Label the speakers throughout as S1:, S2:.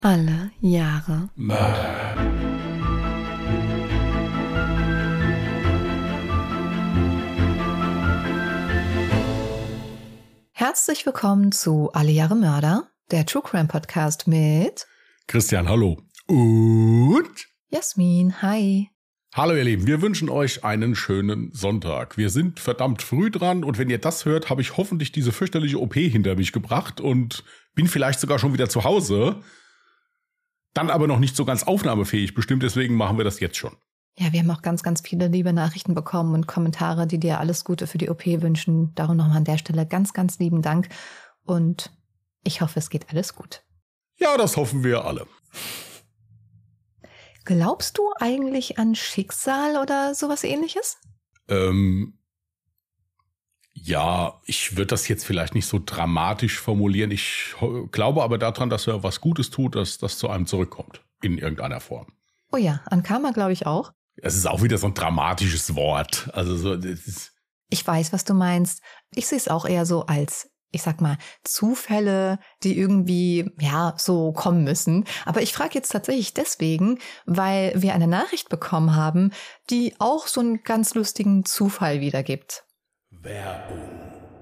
S1: Alle Jahre
S2: Mörder.
S1: Herzlich willkommen zu Alle Jahre Mörder, der True Crime Podcast mit
S2: Christian, hallo. Und
S1: Jasmin, hi.
S2: hallo ihr Lieben, wir wünschen euch einen schönen Sonntag. Wir sind verdammt früh dran und wenn ihr das hört, habe ich hoffentlich diese fürchterliche OP hinter mich gebracht und bin vielleicht sogar schon wieder zu Hause. Dann aber noch nicht so ganz aufnahmefähig bestimmt, deswegen machen wir das jetzt schon.
S1: Ja, wir haben auch ganz, ganz viele liebe Nachrichten bekommen und Kommentare, die dir alles Gute für die OP wünschen. Darum nochmal an der Stelle ganz, ganz lieben Dank und ich hoffe, es geht alles gut.
S2: Ja, das hoffen wir alle.
S1: Glaubst du eigentlich an Schicksal oder sowas Ähnliches?
S2: Ja, ich würde das jetzt vielleicht nicht so dramatisch formulieren. Ich glaube aber daran, dass wer was Gutes tut, dass das zu einem zurückkommt. In irgendeiner Form.
S1: Oh ja, an Karma glaube ich auch.
S2: Es ist auch wieder so ein dramatisches Wort. Also so, das ist
S1: Ich weiß, was du meinst. Ich sehe es auch eher so als, ich sag mal, Zufälle, die irgendwie, ja, so kommen müssen. Aber ich frage jetzt tatsächlich deswegen, weil wir eine Nachricht bekommen haben, die auch so einen ganz lustigen Zufall wiedergibt.
S2: Werbung.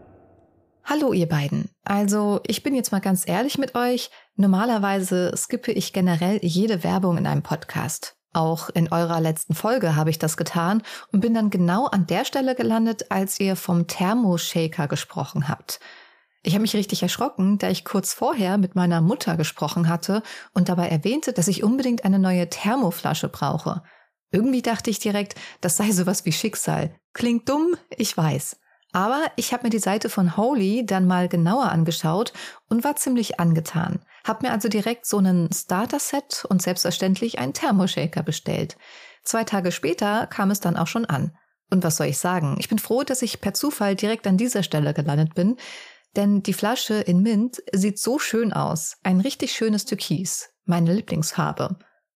S1: Hallo ihr beiden. Also ich bin jetzt mal ganz ehrlich mit euch. Normalerweise skippe ich generell jede Werbung in einem Podcast. Auch in eurer letzten Folge habe ich das getan und bin dann genau an der Stelle gelandet, als ihr vom Thermoshaker gesprochen habt. Ich habe mich richtig erschrocken, da ich kurz vorher mit meiner Mutter gesprochen hatte und dabei erwähnte, dass ich unbedingt eine neue Thermoflasche brauche. Irgendwie dachte ich direkt, das sei sowas wie Schicksal. Klingt dumm, ich weiß. Aber ich habe mir die Seite von Holy dann mal genauer angeschaut und war ziemlich angetan. Hab mir also direkt so einen Starter-Set und selbstverständlich einen Thermoshaker bestellt. 2 Tage später kam es dann auch schon an. Und was soll ich sagen? Ich bin froh, dass ich per Zufall direkt an dieser Stelle gelandet bin, denn die Flasche in Mint sieht so schön aus. Ein richtig schönes Türkis, meine Lieblingsfarbe.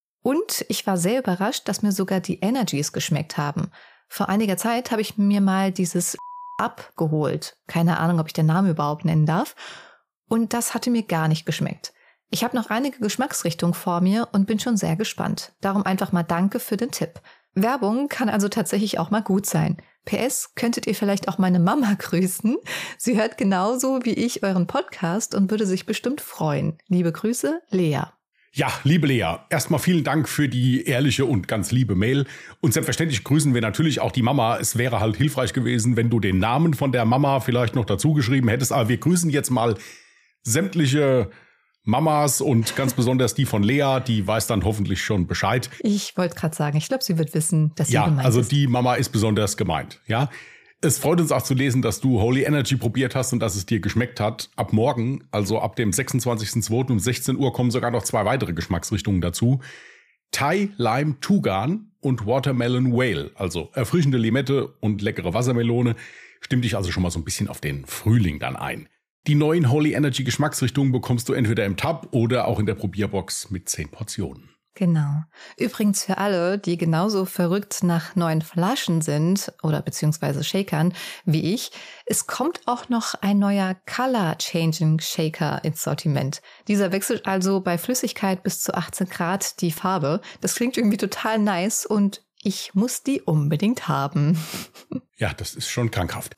S1: Und ich war sehr überrascht, dass mir sogar die Energies geschmeckt haben. Vor einiger Zeit habe ich mir mal dieses abgeholt. Keine Ahnung, ob ich den Namen überhaupt nennen darf. Und das hatte mir gar nicht geschmeckt. Ich habe noch einige Geschmacksrichtungen vor mir und bin schon sehr gespannt. Darum einfach mal danke für den Tipp. Werbung kann also tatsächlich auch mal gut sein. PS, könntet ihr vielleicht auch meine Mama grüßen? Sie hört genauso wie ich euren Podcast und würde sich bestimmt freuen. Liebe Grüße, Lea.
S2: Ja, liebe Lea, erstmal vielen Dank für die ehrliche und ganz liebe Mail. Und selbstverständlich grüßen wir natürlich auch die Mama. Es wäre halt hilfreich gewesen, wenn du den Namen von der Mama vielleicht noch dazu geschrieben hättest. Aber wir grüßen jetzt mal sämtliche Mamas und ganz besonders die von Lea. Die weiß dann hoffentlich schon Bescheid.
S1: Ich wollte gerade sagen, ich glaube, sie wird wissen, dass sie
S2: Ja,
S1: gemeint
S2: also
S1: ist.
S2: die Mama ist besonders gemeint. Ja. Es freut uns auch zu lesen, dass du Holy Energy probiert hast und dass es dir geschmeckt hat. Ab morgen, also ab dem 26.02. um 16 Uhr, kommen sogar noch 2 weitere Geschmacksrichtungen dazu. Thai Lime Tugan und Watermelon Whale, also erfrischende Limette und leckere Wassermelone. Stimmt dich also schon mal so ein bisschen auf den Frühling dann ein. Die neuen Holy Energy Geschmacksrichtungen bekommst du entweder im Tab oder auch in der Probierbox mit 10 Portionen.
S1: Genau. Übrigens für alle, die genauso verrückt nach neuen Flaschen sind oder beziehungsweise Shakern wie ich, es kommt auch noch ein neuer Color Changing Shaker ins Sortiment. Dieser wechselt also bei Flüssigkeit bis zu 18 Grad die Farbe. Das klingt irgendwie total nice und ich muss die unbedingt haben.
S2: Ja, das ist schon krankhaft.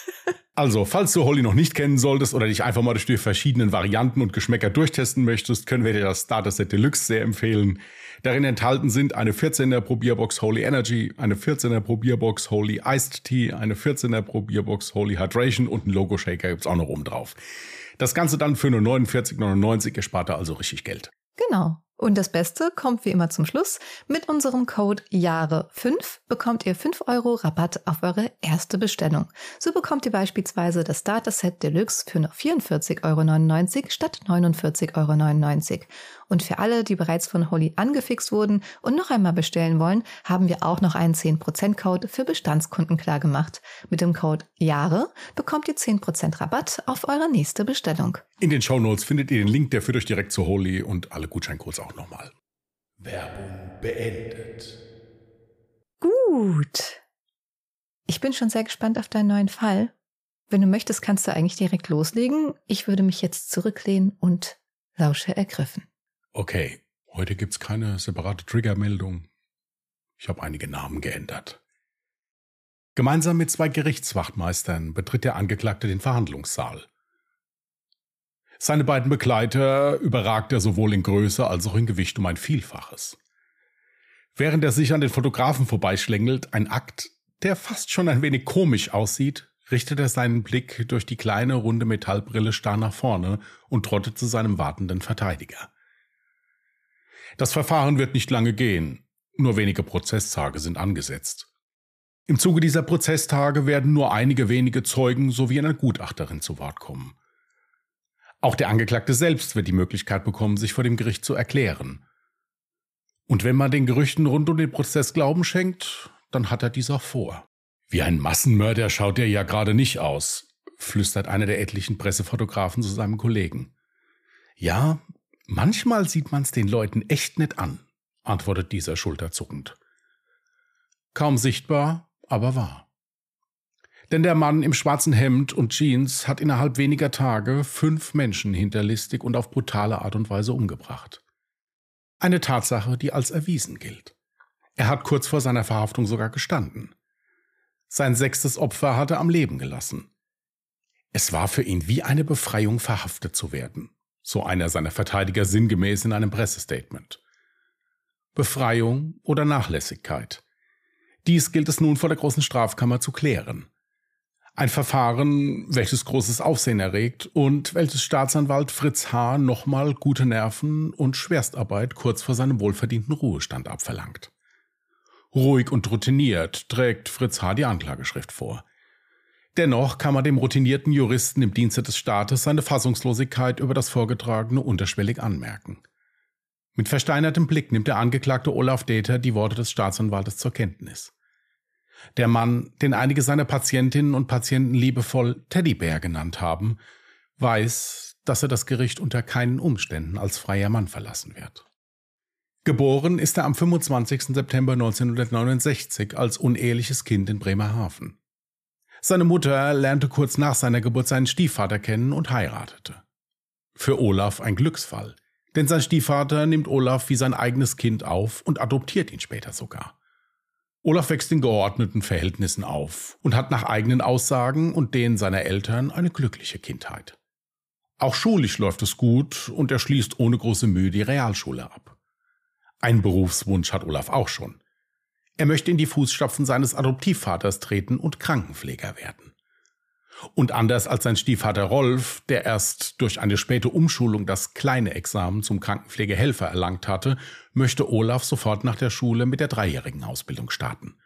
S2: Also, falls du Holy noch nicht kennen solltest oder dich einfach mal durch die verschiedenen Varianten und Geschmäcker durchtesten möchtest, können wir dir das Starter Set Deluxe sehr empfehlen. Darin enthalten sind eine 14er Probierbox Holy Energy, eine 14er Probierbox Holy Iced Tea, eine 14er Probierbox Holy Hydration und ein Logo-Shaker gibt's auch noch oben drauf. Das Ganze dann für nur 49,99, ihr spart da also richtig Geld.
S1: Genau. Und das Beste kommt wie immer zum Schluss. Mit unserem Code Jahre5 bekommt ihr 5 € Rabatt auf eure erste Bestellung. So bekommt ihr beispielsweise das Starter Set Deluxe für nur 44,99 € statt 49,99 €. Und für alle, die bereits von Holy angefixt wurden und noch einmal bestellen wollen, haben wir auch noch einen 10%-Code für Bestandskunden klargemacht. Mit dem Code Jahre bekommt ihr 10% Rabatt auf eure nächste Bestellung.
S2: In den Shownotes findet ihr den Link, der führt euch direkt zu Holy und alle Gutscheincodes auch nochmal. Werbung beendet.
S1: Gut. Ich bin schon sehr gespannt auf deinen neuen Fall. Wenn du möchtest, kannst du eigentlich direkt loslegen. Ich würde mich jetzt zurücklehnen und lausche ergriffen.
S2: Okay, heute gibt's keine separate Triggermeldung. Ich habe einige Namen geändert. Gemeinsam mit 2 Gerichtswachtmeistern betritt der Angeklagte den Verhandlungssaal. Seine beiden Begleiter überragt er sowohl in Größe als auch in Gewicht um ein Vielfaches. Während er sich an den Fotografen vorbeischlängelt, ein Akt, der fast schon ein wenig komisch aussieht, richtet er seinen Blick durch die kleine, runde Metallbrille starr nach vorne und trottet zu seinem wartenden Verteidiger. Das Verfahren wird nicht lange gehen, nur wenige Prozesstage sind angesetzt. Im Zuge dieser Prozesstage werden nur einige wenige Zeugen sowie eine Gutachterin zu Wort kommen. Auch der Angeklagte selbst wird die Möglichkeit bekommen, sich vor dem Gericht zu erklären. Und wenn man den Gerüchten rund um den Prozess Glauben schenkt, dann hat er dies auch vor. Wie ein Massenmörder schaut er ja gerade nicht aus, flüstert einer der etlichen Pressefotografen zu seinem Kollegen. Ja, manchmal sieht man's den Leuten echt nicht an, antwortet dieser schulterzuckend. Kaum sichtbar, aber wahr. Denn der Mann im schwarzen Hemd und Jeans hat innerhalb weniger Tage 5 Menschen hinterlistig und auf brutale Art und Weise umgebracht. Eine Tatsache, die als erwiesen gilt. Er hat kurz vor seiner Verhaftung sogar gestanden. Sein 6. Opfer hat er am Leben gelassen. Es war für ihn wie eine Befreiung, verhaftet zu werden, so einer seiner Verteidiger sinngemäß in einem Pressestatement. Befreiung oder Nachlässigkeit? Dies gilt es nun vor der großen Strafkammer zu klären. Ein Verfahren, welches großes Aufsehen erregt und welches Staatsanwalt Fritz H. nochmal gute Nerven und Schwerstarbeit kurz vor seinem wohlverdienten Ruhestand abverlangt. Ruhig und routiniert trägt Fritz H. die Anklageschrift vor. Dennoch kann man dem routinierten Juristen im Dienste des Staates seine Fassungslosigkeit über das Vorgetragene unterschwellig anmerken. Mit versteinertem Blick nimmt der Angeklagte Olaf Deter die Worte des Staatsanwaltes zur Kenntnis. Der Mann, den einige seiner Patientinnen und Patienten liebevoll Teddybär genannt haben, weiß, dass er das Gericht unter keinen Umständen als freier Mann verlassen wird. Geboren ist er am 25. September 1969 als uneheliches Kind in Bremerhaven. Seine Mutter lernte kurz nach seiner Geburt seinen Stiefvater kennen und heiratete. Für Olaf ein Glücksfall, denn sein Stiefvater nimmt Olaf wie sein eigenes Kind auf und adoptiert ihn später sogar. Olaf wächst in geordneten Verhältnissen auf und hat nach eigenen Aussagen und denen seiner Eltern eine glückliche Kindheit. Auch schulisch läuft es gut und er schließt ohne große Mühe die Realschule ab. Einen Berufswunsch hat Olaf auch schon. Er möchte in die Fußstapfen seines Adoptivvaters treten und Krankenpfleger werden. Und anders als sein Stiefvater Rolf, der erst durch eine späte Umschulung das kleine Examen zum Krankenpflegehelfer erlangt hatte, möchte Olaf sofort nach der Schule mit der 3-jährigen Ausbildung starten.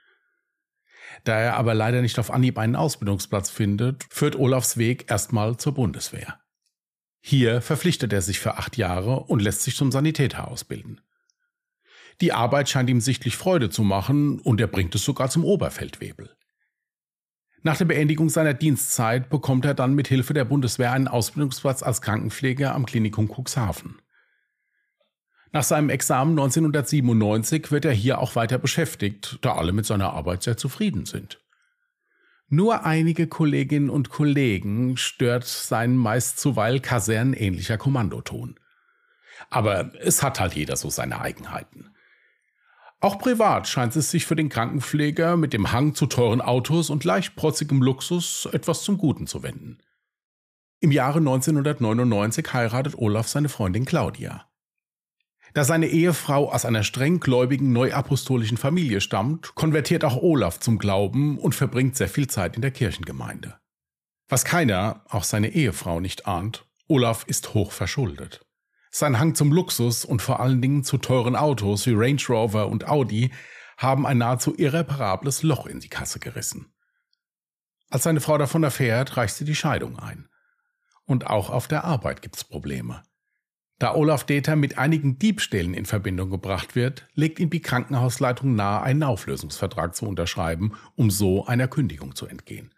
S2: Da er aber leider nicht auf Anhieb einen Ausbildungsplatz findet, führt Olafs Weg erstmal zur Bundeswehr. Hier verpflichtet er sich für 8 Jahre und lässt sich zum Sanitäter ausbilden. Die Arbeit scheint ihm sichtlich Freude zu machen und er bringt es sogar zum Oberfeldwebel. Nach der Beendigung seiner Dienstzeit bekommt er dann mit Hilfe der Bundeswehr einen Ausbildungsplatz als Krankenpfleger am Klinikum Cuxhaven. Nach seinem Examen 1997 wird er hier auch weiter beschäftigt, da alle mit seiner Arbeit sehr zufrieden sind. Nur einige Kolleginnen und Kollegen stört sein meist zuweilen kasernenähnlicher Kommandoton. Aber es hat halt jeder so seine Eigenheiten. Auch privat scheint es sich für den Krankenpfleger mit dem Hang zu teuren Autos und leicht protzigem Luxus etwas zum Guten zu wenden. Im Jahre 1999 heiratet Olaf seine Freundin Claudia. Da seine Ehefrau aus einer streng gläubigen neuapostolischen Familie stammt, konvertiert auch Olaf zum Glauben und verbringt sehr viel Zeit in der Kirchengemeinde. Was keiner, auch seine Ehefrau, nicht ahnt, Olaf ist hoch verschuldet. Sein Hang zum Luxus und vor allen Dingen zu teuren Autos wie Range Rover und Audi haben ein nahezu irreparables Loch in die Kasse gerissen. Als seine Frau davon erfährt, reicht sie die Scheidung ein. Und auch auf der Arbeit gibt's Probleme. Da Olaf Deter mit einigen Diebstählen in Verbindung gebracht wird, legt ihm die Krankenhausleitung nahe, einen Auflösungsvertrag zu unterschreiben, um so einer Kündigung zu entgehen.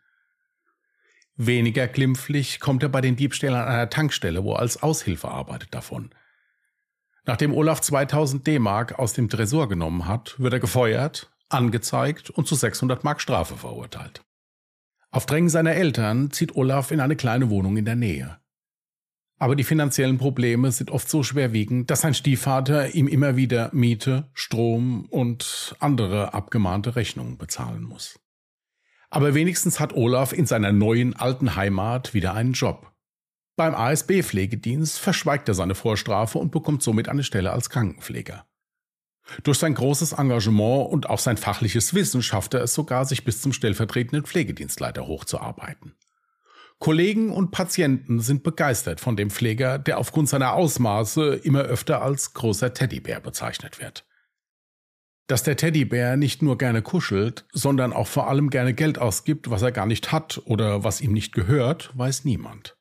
S2: Weniger glimpflich kommt er bei den Diebstählen an einer Tankstelle, wo er als Aushilfe arbeitet, davon. Nachdem Olaf 2000 D-Mark aus dem Tresor genommen hat, wird er gefeuert, angezeigt und zu 600 Mark Strafe verurteilt. Auf Drängen seiner Eltern zieht Olaf in eine kleine Wohnung in der Nähe. Aber die finanziellen Probleme sind oft so schwerwiegend, dass sein Stiefvater ihm immer wieder Miete, Strom und andere abgemahnte Rechnungen bezahlen muss. Aber wenigstens hat Olaf in seiner neuen alten Heimat wieder einen Job. Beim ASB-Pflegedienst verschweigt er seine Vorstrafe und bekommt somit eine Stelle als Krankenpfleger. Durch sein großes Engagement und auch sein fachliches Wissen schafft er es sogar, sich bis zum stellvertretenden Pflegedienstleiter hochzuarbeiten. Kollegen und Patienten sind begeistert von dem Pfleger, der aufgrund seiner Ausmaße immer öfter als großer Teddybär bezeichnet wird. Dass der Teddybär nicht nur gerne kuschelt, sondern auch vor allem gerne Geld ausgibt, was er gar nicht hat oder was ihm nicht gehört, weiß niemand.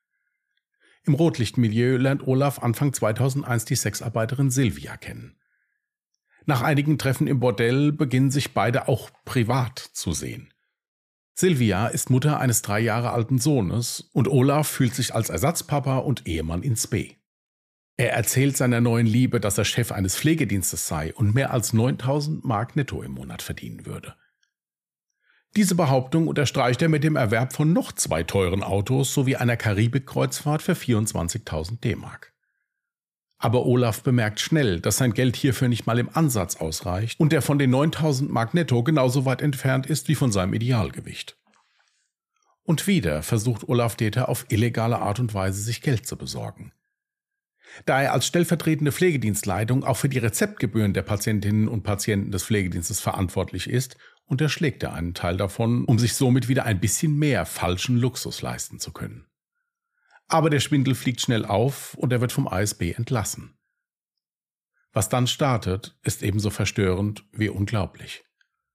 S2: Im Rotlichtmilieu lernt Olaf Anfang 2001 die Sexarbeiterin Silvia kennen. Nach einigen Treffen im Bordell beginnen sich beide auch privat zu sehen. Silvia ist Mutter eines 3 Jahre alten Sohnes und Olaf fühlt sich als Ersatzpapa und Ehemann ins B. Er erzählt seiner neuen Liebe, dass er Chef eines Pflegedienstes sei und mehr als 9.000 Mark netto im Monat verdienen würde. Diese Behauptung unterstreicht er mit dem Erwerb von noch 2 teuren Autos sowie einer Karibik-Kreuzfahrt für 24.000 D-Mark. Aber Olaf bemerkt schnell, dass sein Geld hierfür nicht mal im Ansatz ausreicht und er von den 9.000 Mark netto genauso weit entfernt ist wie von seinem Idealgewicht. Und wieder versucht Olaf Deter auf illegale Art und Weise sich Geld zu besorgen. Da er als stellvertretende Pflegedienstleitung auch für die Rezeptgebühren der Patientinnen und Patienten des Pflegedienstes verantwortlich ist, unterschlägt er einen Teil davon, um sich somit wieder ein bisschen mehr falschen Luxus leisten zu können. Aber der Schwindel fliegt schnell auf und er wird vom ASB entlassen. Was dann startet, ist ebenso verstörend wie unglaublich.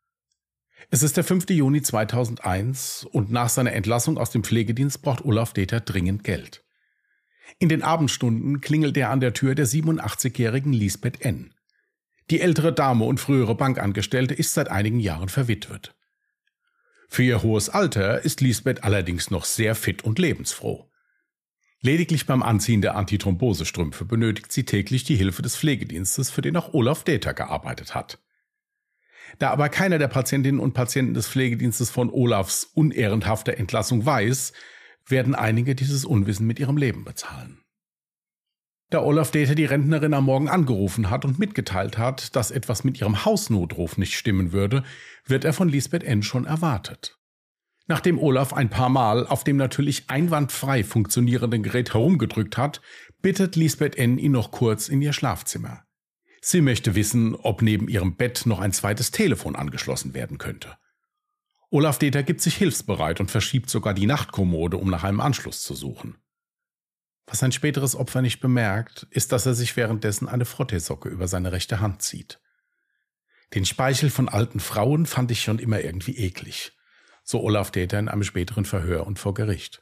S2: Es ist der 5. Juni 2001 und nach seiner Entlassung aus dem Pflegedienst braucht Olaf Deter dringend Geld. In den Abendstunden klingelt er an der Tür der 87-jährigen Lisbeth N. Die ältere Dame und frühere Bankangestellte ist seit einigen Jahren verwitwet. Für ihr hohes Alter ist Lisbeth allerdings noch sehr fit und lebensfroh. Lediglich beim Anziehen der Antithrombose-Strümpfe benötigt sie täglich die Hilfe des Pflegedienstes, für den auch Olaf Deter gearbeitet hat. Da aber keiner der Patientinnen und Patienten des Pflegedienstes von Olafs unehrenhafter Entlassung weiß, werden einige dieses Unwissen mit ihrem Leben bezahlen. Da Olaf Deter die Rentnerin am Morgen angerufen hat und mitgeteilt hat, dass etwas mit ihrem Hausnotruf nicht stimmen würde, wird er von Lisbeth N. schon erwartet. Nachdem Olaf ein paar Mal auf dem natürlich einwandfrei funktionierenden Gerät herumgedrückt hat, bittet Lisbeth N. ihn noch kurz in ihr Schlafzimmer. Sie möchte wissen, ob neben ihrem Bett noch ein zweites Telefon angeschlossen werden könnte. Olaf Deter gibt sich hilfsbereit und verschiebt sogar die Nachtkommode, um nach einem Anschluss zu suchen. Was sein späteres Opfer nicht bemerkt, ist, dass er sich währenddessen eine Frotteesocke über seine rechte Hand zieht. Den Speichel von alten Frauen fand ich schon immer irgendwie eklig, so Olaf Deter in einem späteren Verhör und vor Gericht.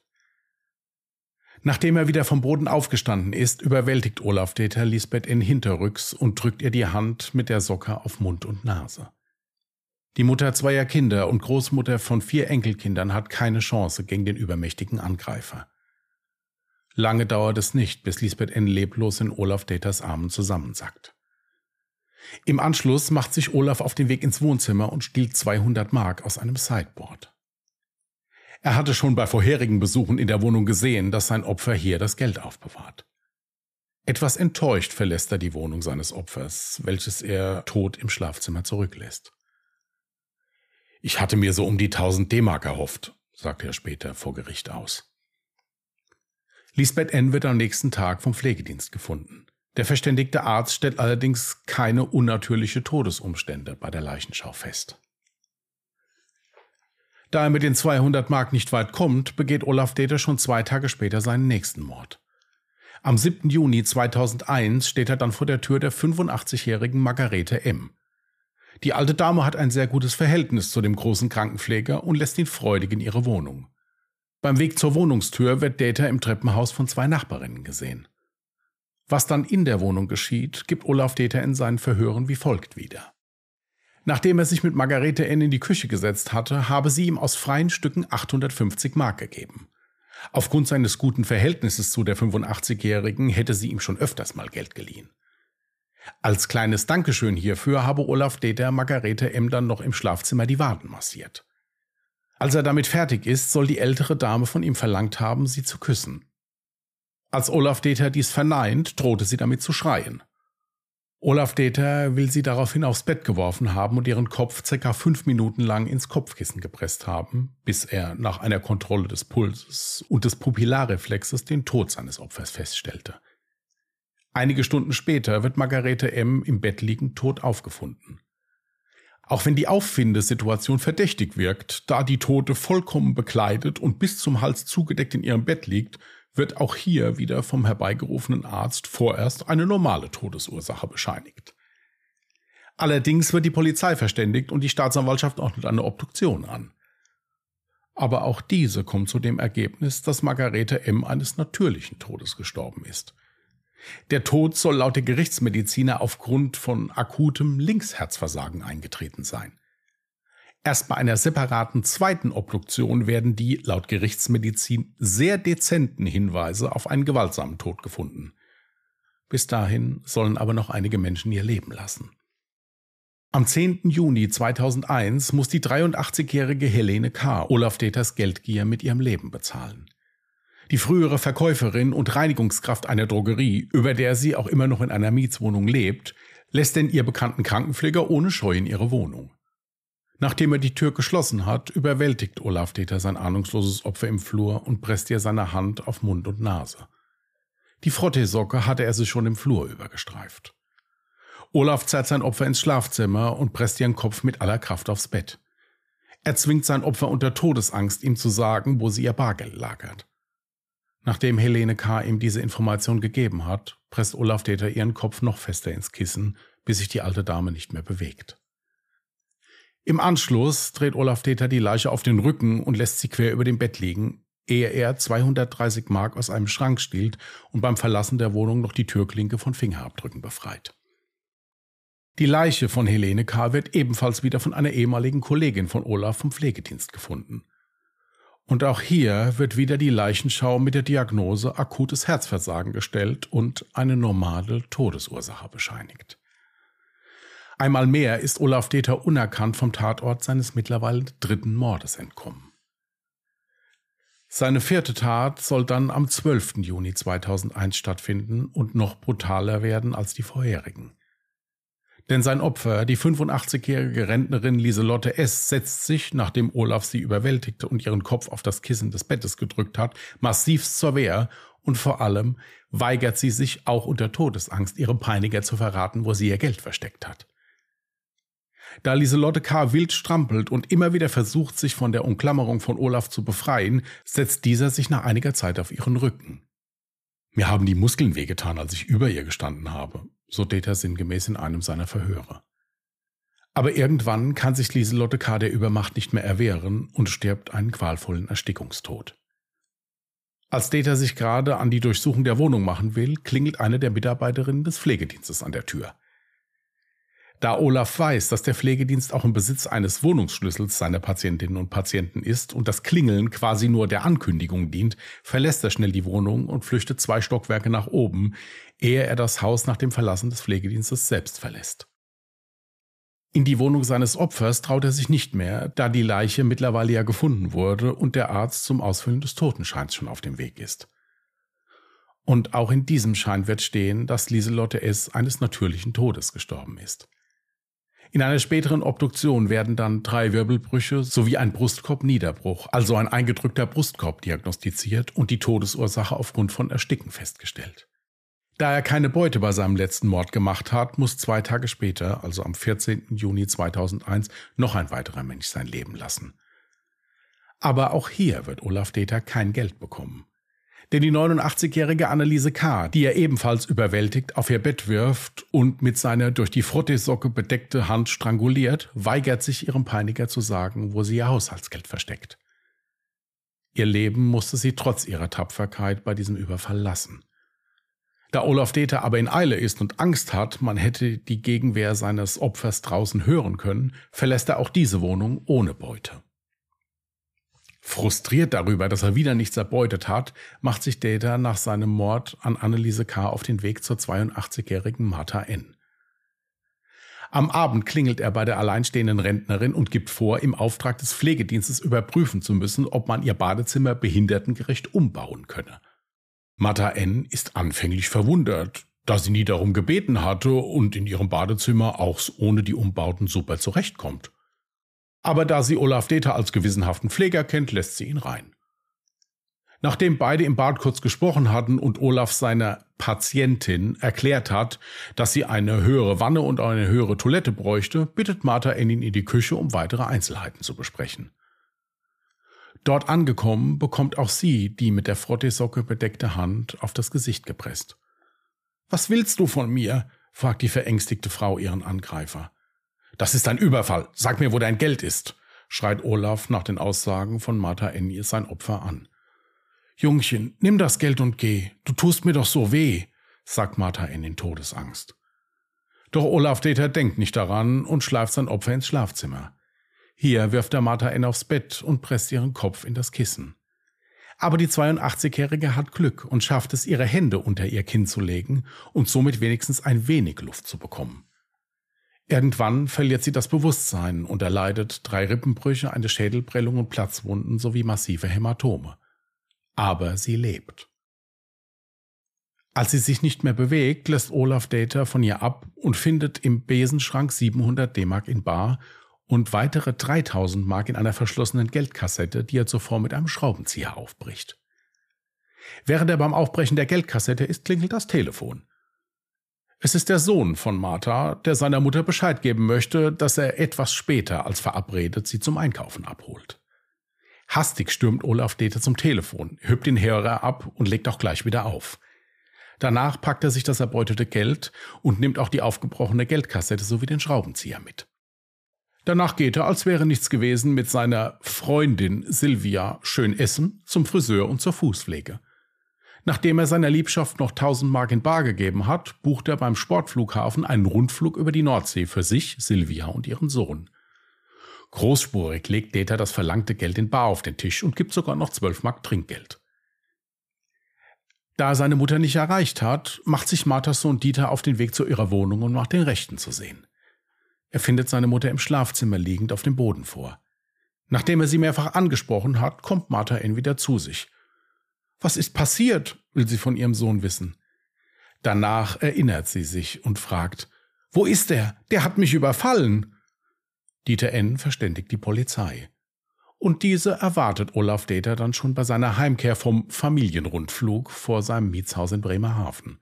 S2: Nachdem er wieder vom Boden aufgestanden ist, überwältigt Olaf Deter Lisbeth N. hinterrücks und drückt ihr die Hand mit der Socke auf Mund und Nase. Die Mutter 2 Kinder und Großmutter von 4 Enkelkindern hat keine Chance gegen den übermächtigen Angreifer. Lange dauert es nicht, bis Lisbeth N. leblos in Olaf Deters Armen zusammensackt. Im Anschluss macht sich Olaf auf den Weg ins Wohnzimmer und stiehlt 200 Mark aus einem Sideboard. Er hatte schon bei vorherigen Besuchen in der Wohnung gesehen, dass sein Opfer hier das Geld aufbewahrt. Etwas enttäuscht verlässt er die Wohnung seines Opfers, welches er tot im Schlafzimmer zurücklässt. »Ich hatte mir so um die 1000 D-Mark erhofft«, sagt er später vor Gericht aus. Lisbeth N. wird am nächsten Tag vom Pflegedienst gefunden. Der verständigte Arzt stellt allerdings keine unnatürliche Todesumstände bei der Leichenschau fest. Da er mit den 200 Mark nicht weit kommt, begeht Olaf Deter schon 2 Tage später seinen nächsten Mord. Am 7. Juni 2001 steht er dann vor der Tür der 85-jährigen Margarete M. Die alte Dame hat ein sehr gutes Verhältnis zu dem großen Krankenpfleger und lässt ihn freudig in ihre Wohnung. Beim Weg zur Wohnungstür wird Deter im Treppenhaus von 2 Nachbarinnen gesehen. Was dann in der Wohnung geschieht, gibt Olaf Deter in seinen Verhören wie folgt wieder. Nachdem er sich mit Margarete N. in die Küche gesetzt hatte, habe sie ihm aus freien Stücken 850 Mark gegeben. Aufgrund seines guten Verhältnisses zu der 85-Jährigen hätte sie ihm schon öfters mal Geld geliehen. Als kleines Dankeschön hierfür habe Olaf Deter Margarete M. dann noch im Schlafzimmer die Waden massiert. Als er damit fertig ist, soll die ältere Dame von ihm verlangt haben, sie zu küssen. Als Olaf Däther dies verneint, drohte sie damit zu schreien. Olaf Däther will sie daraufhin aufs Bett geworfen haben und ihren Kopf ca. 5 Minuten lang ins Kopfkissen gepresst haben, bis er nach einer Kontrolle des Pulses und des Pupillarreflexes den Tod seines Opfers feststellte. Einige Stunden später wird Margarete M. im Bett liegend tot aufgefunden. Auch wenn die Auffindesituation verdächtig wirkt, da die Tote vollkommen bekleidet und bis zum Hals zugedeckt in ihrem Bett liegt, wird auch hier wieder vom herbeigerufenen Arzt vorerst eine normale Todesursache bescheinigt. Allerdings wird die Polizei verständigt und die Staatsanwaltschaft ordnet eine Obduktion an. Aber auch diese kommt zu dem Ergebnis, dass Margarete M. eines natürlichen Todes gestorben ist. Der Tod soll laut der Gerichtsmediziner aufgrund von akutem Linksherzversagen eingetreten sein. Erst bei einer separaten zweiten Obduktion werden die, laut Gerichtsmedizin, sehr dezenten Hinweise auf einen gewaltsamen Tod gefunden. Bis dahin sollen aber noch einige Menschen ihr Leben lassen. Am 10. Juni 2001 muss die 83-jährige Helene K. Olaf Däthers Geldgier mit ihrem Leben bezahlen. Die frühere Verkäuferin und Reinigungskraft einer Drogerie, über der sie auch immer noch in einer Mietswohnung lebt, lässt den ihr bekannten Krankenpfleger ohne Scheu in ihre Wohnung. Nachdem er die Tür geschlossen hat, überwältigt Olaf Däther sein ahnungsloses Opfer im Flur und presst ihr seine Hand auf Mund und Nase. Die Frottee-Socke hatte er sich schon im Flur übergestreift. Olaf zerrt sein Opfer ins Schlafzimmer und presst ihren Kopf mit aller Kraft aufs Bett. Er zwingt sein Opfer unter Todesangst, ihm zu sagen, wo sie ihr Bargeld lagert. Nachdem Helene K. ihm diese Information gegeben hat, presst Olaf Däther ihren Kopf noch fester ins Kissen, bis sich die alte Dame nicht mehr bewegt. Im Anschluss dreht Olaf Däther die Leiche auf den Rücken und lässt sie quer über dem Bett liegen, ehe er 230 Mark aus einem Schrank stiehlt und beim Verlassen der Wohnung noch die Türklinke von Fingerabdrücken befreit. Die Leiche von Helene K. wird ebenfalls wieder von einer ehemaligen Kollegin von Olaf vom Pflegedienst gefunden. Und auch hier wird wieder die Leichenschau mit der Diagnose akutes Herzversagen gestellt und eine normale Todesursache bescheinigt. Einmal mehr ist Olaf Däther unerkannt vom Tatort seines mittlerweile 3. Mordes entkommen. Seine 4. Tat soll dann am 12. Juni 2001 stattfinden und noch brutaler werden als die vorherigen. Denn sein Opfer, die 85-jährige Rentnerin Lieselotte S., setzt sich, nachdem Olaf sie überwältigte und ihren Kopf auf das Kissen des Bettes gedrückt hat, massivst zur Wehr und vor allem weigert sie sich auch unter Todesangst, ihrem Peiniger zu verraten, wo sie ihr Geld versteckt hat. Da Lieselotte K. wild strampelt und immer wieder versucht, sich von der Umklammerung von Olaf zu befreien, setzt dieser sich nach einiger Zeit auf ihren Rücken. Mir haben die Muskeln wehgetan, als ich über ihr gestanden habe, so Däther sinngemäß in einem seiner Verhöre. Aber irgendwann kann sich Lieselotte K. der Übermacht nicht mehr erwehren und stirbt einen qualvollen Erstickungstod. Als Däther sich gerade an die Durchsuchung der Wohnung machen will, klingelt eine der Mitarbeiterinnen des Pflegedienstes an der Tür. Da Olaf weiß, dass der Pflegedienst auch im Besitz eines Wohnungsschlüssels seiner Patientinnen und Patienten ist und das Klingeln quasi nur der Ankündigung dient, verlässt er schnell die Wohnung und flüchtet 2 Stockwerke nach oben, ehe er das Haus nach dem Verlassen des Pflegedienstes selbst verlässt. In die Wohnung seines Opfers traut er sich nicht mehr, da die Leiche mittlerweile ja gefunden wurde und der Arzt zum Ausfüllen des Totenscheins schon auf dem Weg ist. Und auch in diesem Schein wird stehen, dass Lieselotte S. eines natürlichen Todes gestorben ist. In einer späteren Obduktion werden dann 3 Wirbelbrüche sowie ein Brustkorbniederbruch, also ein eingedrückter Brustkorb, diagnostiziert und die Todesursache aufgrund von Ersticken festgestellt. Da er keine Beute bei seinem letzten Mord gemacht hat, muss 2 Tage später, also am 14. Juni 2001, noch ein weiterer Mensch sein Leben lassen. Aber auch hier wird Olaf Däther kein Geld bekommen. Denn die 89-jährige Anneliese K., die er ebenfalls überwältigt auf ihr Bett wirft und mit seiner durch die Frottee-Socke bedeckte Hand stranguliert, weigert sich ihrem Peiniger zu sagen, wo sie ihr Haushaltsgeld versteckt. Ihr Leben musste sie trotz ihrer Tapferkeit bei diesem Überfall lassen. Da Olaf Däther aber in Eile ist und Angst hat, man hätte die Gegenwehr seines Opfers draußen hören können, verlässt er auch diese Wohnung ohne Beute. Frustriert darüber, dass er wieder nichts erbeutet hat, macht sich Däther nach seinem Mord an Anneliese K. auf den Weg zur 82-jährigen Martha N. Am Abend klingelt er bei der alleinstehenden Rentnerin und gibt vor, im Auftrag des Pflegedienstes überprüfen zu müssen, ob man ihr Badezimmer behindertengerecht umbauen könne. Martha N. ist anfänglich verwundert, da sie nie darum gebeten hatte und in ihrem Badezimmer auch ohne die Umbauten super zurechtkommt. Aber da sie Olaf Deta als gewissenhaften Pfleger kennt, lässt sie ihn rein. Nachdem beide im Bad kurz gesprochen hatten und Olaf seiner Patientin erklärt hat, dass sie eine höhere Wanne und eine höhere Toilette bräuchte, bittet Martha N. ihn in die Küche, um weitere Einzelheiten zu besprechen. Dort angekommen, bekommt auch sie die mit der Frottee-Socke bedeckte Hand auf das Gesicht gepresst. »Was willst du von mir?« fragt die verängstigte Frau ihren Angreifer. »Das ist ein Überfall. Sag mir, wo dein Geld ist«, schreit Olaf nach den Aussagen von Martha N. sein Opfer an. »Jungchen, nimm das Geld und geh. Du tust mir doch so weh«, sagt Martha N. in Todesangst. Doch Olaf Deta denkt nicht daran und schleift sein Opfer ins Schlafzimmer. Hier wirft er Martha N. aufs Bett und presst ihren Kopf in das Kissen. Aber die 82-Jährige hat Glück und schafft es, ihre Hände unter ihr Kinn zu legen und somit wenigstens ein wenig Luft zu bekommen. Irgendwann verliert sie das Bewusstsein und erleidet 3 Rippenbrüche, eine Schädelprellung und Platzwunden sowie massive Hämatome. Aber sie lebt. Als sie sich nicht mehr bewegt, lässt Olaf Deta von ihr ab und findet im Besenschrank 700 D-Mark in bar und weitere 3000 Mark in einer verschlossenen Geldkassette, die er zuvor mit einem Schraubenzieher aufbricht. Während er beim Aufbrechen der Geldkassette ist, klingelt das Telefon. Es ist der Sohn von Martha, der seiner Mutter Bescheid geben möchte, dass er etwas später als verabredet sie zum Einkaufen abholt. Hastig stürmt Olaf Deta zum Telefon, hebt den Hörer ab und legt auch gleich wieder auf. Danach packt er sich das erbeutete Geld und nimmt auch die aufgebrochene Geldkassette sowie den Schraubenzieher mit. Danach geht er, als wäre nichts gewesen, mit seiner Freundin Silvia schön essen, zum Friseur und zur Fußpflege. Nachdem er seiner Liebschaft noch 1000 Mark in bar gegeben hat, bucht er beim Sportflughafen einen Rundflug über die Nordsee für sich, Silvia und ihren Sohn. Großspurig legt Deta das verlangte Geld in bar auf den Tisch und gibt sogar noch 12 Mark Trinkgeld. Da er seine Mutter nicht erreicht hat, macht sich Marthas Sohn Dieter auf den Weg zu ihrer Wohnung und macht den Rechten zu sehen. Er findet seine Mutter im Schlafzimmer liegend auf dem Boden vor. Nachdem er sie mehrfach angesprochen hat, kommt Martha N. wieder zu sich. »Was ist passiert?« will sie von ihrem Sohn wissen. Danach erinnert sie sich und fragt, »Wo ist er? Der hat mich überfallen!« Dieter N. verständigt die Polizei. Und diese erwartet Olaf Deta dann schon bei seiner Heimkehr vom Familienrundflug vor seinem Mietshaus in Bremerhaven.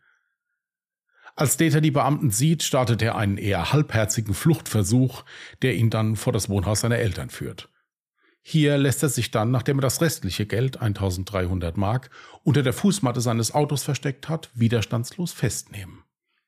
S2: Als Deta die Beamten sieht, startet er einen eher halbherzigen Fluchtversuch, der ihn dann vor das Wohnhaus seiner Eltern führt. Hier lässt er sich dann, nachdem er das restliche Geld, 1300 Mark, unter der Fußmatte seines Autos versteckt hat, widerstandslos festnehmen.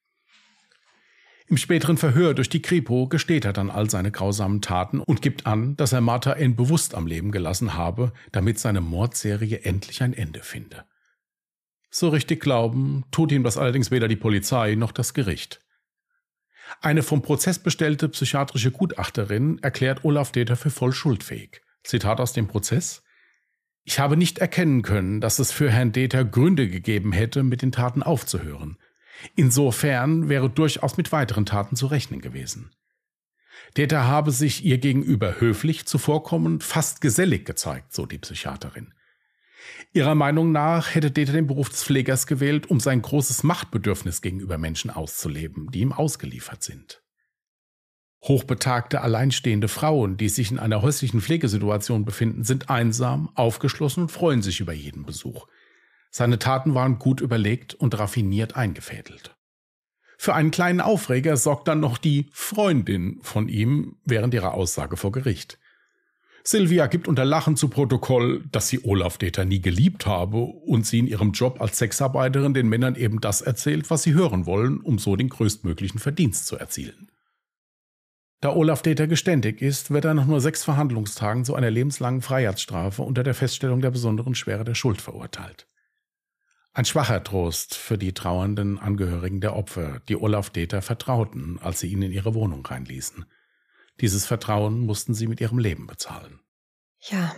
S2: Im späteren Verhör durch die Kripo gesteht er dann all seine grausamen Taten und gibt an, dass er Martha N. bewusst am Leben gelassen habe, damit seine Mordserie endlich ein Ende finde. So richtig glauben tut ihm das allerdings weder die Polizei noch das Gericht. Eine vom Prozess bestellte psychiatrische Gutachterin erklärt Olaf Deta für voll schuldfähig. Zitat aus dem Prozess: »Ich habe nicht erkennen können, dass es für Herrn Deta Gründe gegeben hätte, mit den Taten aufzuhören. Insofern wäre durchaus mit weiteren Taten zu rechnen gewesen. Deta habe sich ihr gegenüber höflich, zuvorkommend, fast gesellig gezeigt«, so die Psychiaterin. Ihrer Meinung nach hätte Deta den Beruf des Pflegers gewählt, um sein großes Machtbedürfnis gegenüber Menschen auszuleben, die ihm ausgeliefert sind. Hochbetagte, alleinstehende Frauen, die sich in einer häuslichen Pflegesituation befinden, sind einsam, aufgeschlossen und freuen sich über jeden Besuch. Seine Taten waren gut überlegt und raffiniert eingefädelt. Für einen kleinen Aufreger sorgt dann noch die Freundin von ihm während ihrer Aussage vor Gericht. Silvia gibt unter Lachen zu Protokoll, dass sie Olaf Deta nie geliebt habe und sie in ihrem Job als Sexarbeiterin den Männern eben das erzählt, was sie hören wollen, um so den größtmöglichen Verdienst zu erzielen. Da Olaf Deta geständig ist, wird er nach nur 6 Verhandlungstagen zu einer lebenslangen Freiheitsstrafe unter der Feststellung der besonderen Schwere der Schuld verurteilt. Ein schwacher Trost für die trauernden Angehörigen der Opfer, die Olaf Deta vertrauten, als sie ihn in ihre Wohnung reinließen. Dieses Vertrauen mussten sie mit ihrem Leben bezahlen.
S1: Ja,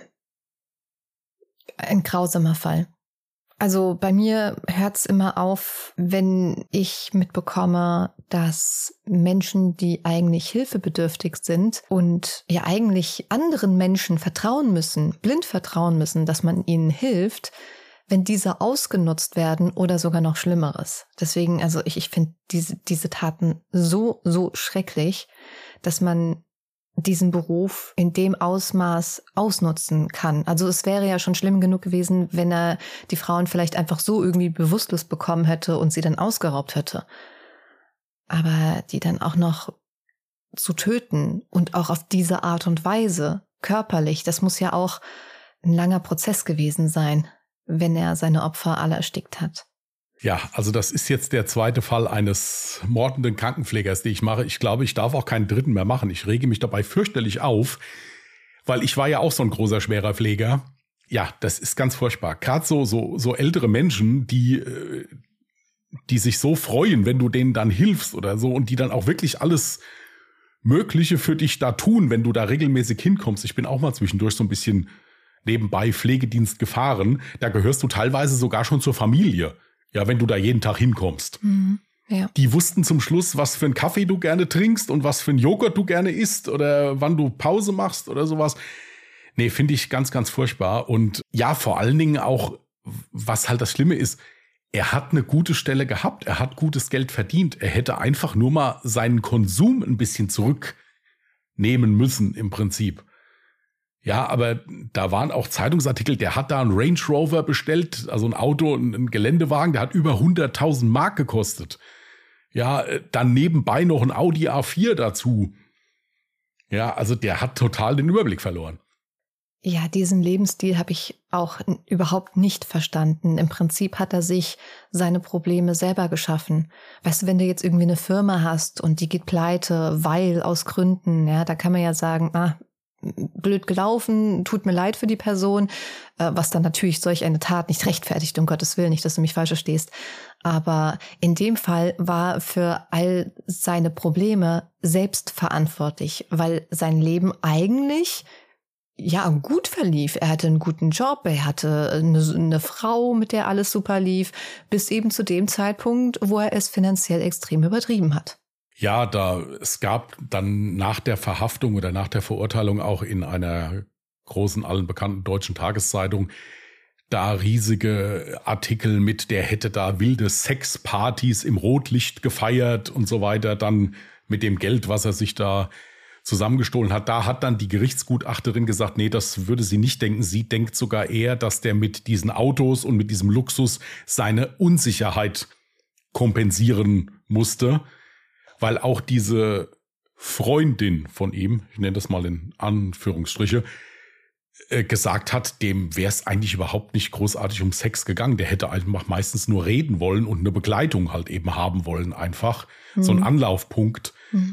S1: ein grausamer Fall. Also bei mir hört's immer auf, wenn ich mitbekomme, dass Menschen, die eigentlich hilfebedürftig sind und ja eigentlich anderen Menschen vertrauen müssen, blind vertrauen müssen, dass man ihnen hilft, wenn diese ausgenutzt werden oder sogar noch Schlimmeres. Deswegen, also ich finde diese Taten so schrecklich, dass man diesen Beruf in dem Ausmaß ausnutzen kann. Also es wäre ja schon schlimm genug gewesen, wenn er die Frauen vielleicht einfach so irgendwie bewusstlos bekommen hätte und sie dann ausgeraubt hätte. Aber die dann auch noch zu töten und auch auf diese Art und Weise, körperlich, das muss ja auch ein langer Prozess gewesen sein, wenn er seine Opfer alle erstickt hat.
S2: Ja, also das ist jetzt der zweite Fall eines mordenden Krankenpflegers, den ich mache. Ich glaube, ich darf auch keinen dritten mehr machen. Ich rege mich dabei fürchterlich auf, weil ich war ja auch so ein großer, schwerer Pfleger. Ja, das ist ganz furchtbar. Gerade so ältere Menschen, die sich so freuen, wenn du denen dann hilfst oder so und die dann auch wirklich alles Mögliche für dich da tun, wenn du da regelmäßig hinkommst. Ich bin auch mal zwischendurch so ein bisschen nebenbei Pflegedienst gefahren. Da gehörst du teilweise sogar schon zur Familie. Ja, wenn du da jeden Tag hinkommst.
S1: Mhm, ja.
S2: Die wussten zum Schluss, was für einen Kaffee du gerne trinkst und was für einen Joghurt du gerne isst oder wann du Pause machst oder sowas. Nee, finde ich ganz, ganz furchtbar. Und ja, vor allen Dingen auch, was halt das Schlimme ist, er hat eine gute Stelle gehabt, er hat gutes Geld verdient. Er hätte einfach nur mal seinen Konsum ein bisschen zurücknehmen müssen im Prinzip. Ja, aber da waren auch Zeitungsartikel, der hat da einen Range Rover bestellt, also ein Auto, ein Geländewagen, der hat über 100.000 Mark gekostet. Ja, dann nebenbei noch ein Audi A4 dazu. Ja, also der hat total den Überblick verloren.
S1: Ja, diesen Lebensstil habe ich auch überhaupt nicht verstanden. Im Prinzip hat er sich seine Probleme selber geschaffen. Weißt du, wenn du jetzt irgendwie eine Firma hast und die geht pleite, weil aus Gründen, ja, da kann man ja sagen, blöd gelaufen, tut mir leid für die Person, was dann natürlich solch eine Tat nicht rechtfertigt, um Gottes Willen, nicht, dass du mich falsch verstehst. Aber in dem Fall war für all seine Probleme selbst verantwortlich, weil sein Leben eigentlich gut verlief. Er hatte einen guten Job, er hatte eine Frau, mit der alles super lief, bis eben zu dem Zeitpunkt, wo er es finanziell extrem übertrieben hat.
S2: Ja, es gab dann nach der Verhaftung oder nach der Verurteilung auch in einer großen, allen bekannten deutschen Tageszeitung da riesige Artikel mit, der hätte da wilde Sexpartys im Rotlicht gefeiert und so weiter, dann mit dem Geld, was er sich da zusammengestohlen hat. Da hat dann die Gerichtsgutachterin gesagt, nee, das würde sie nicht denken. Sie denkt sogar eher, dass der mit diesen Autos und mit diesem Luxus seine Unsicherheit kompensieren musste. Weil auch diese Freundin von ihm, ich nenne das mal in Anführungsstriche, gesagt hat, dem wäre es eigentlich überhaupt nicht großartig um Sex gegangen. Der hätte einfach meistens nur reden wollen und eine Begleitung halt eben haben wollen einfach. So ein Anlaufpunkt.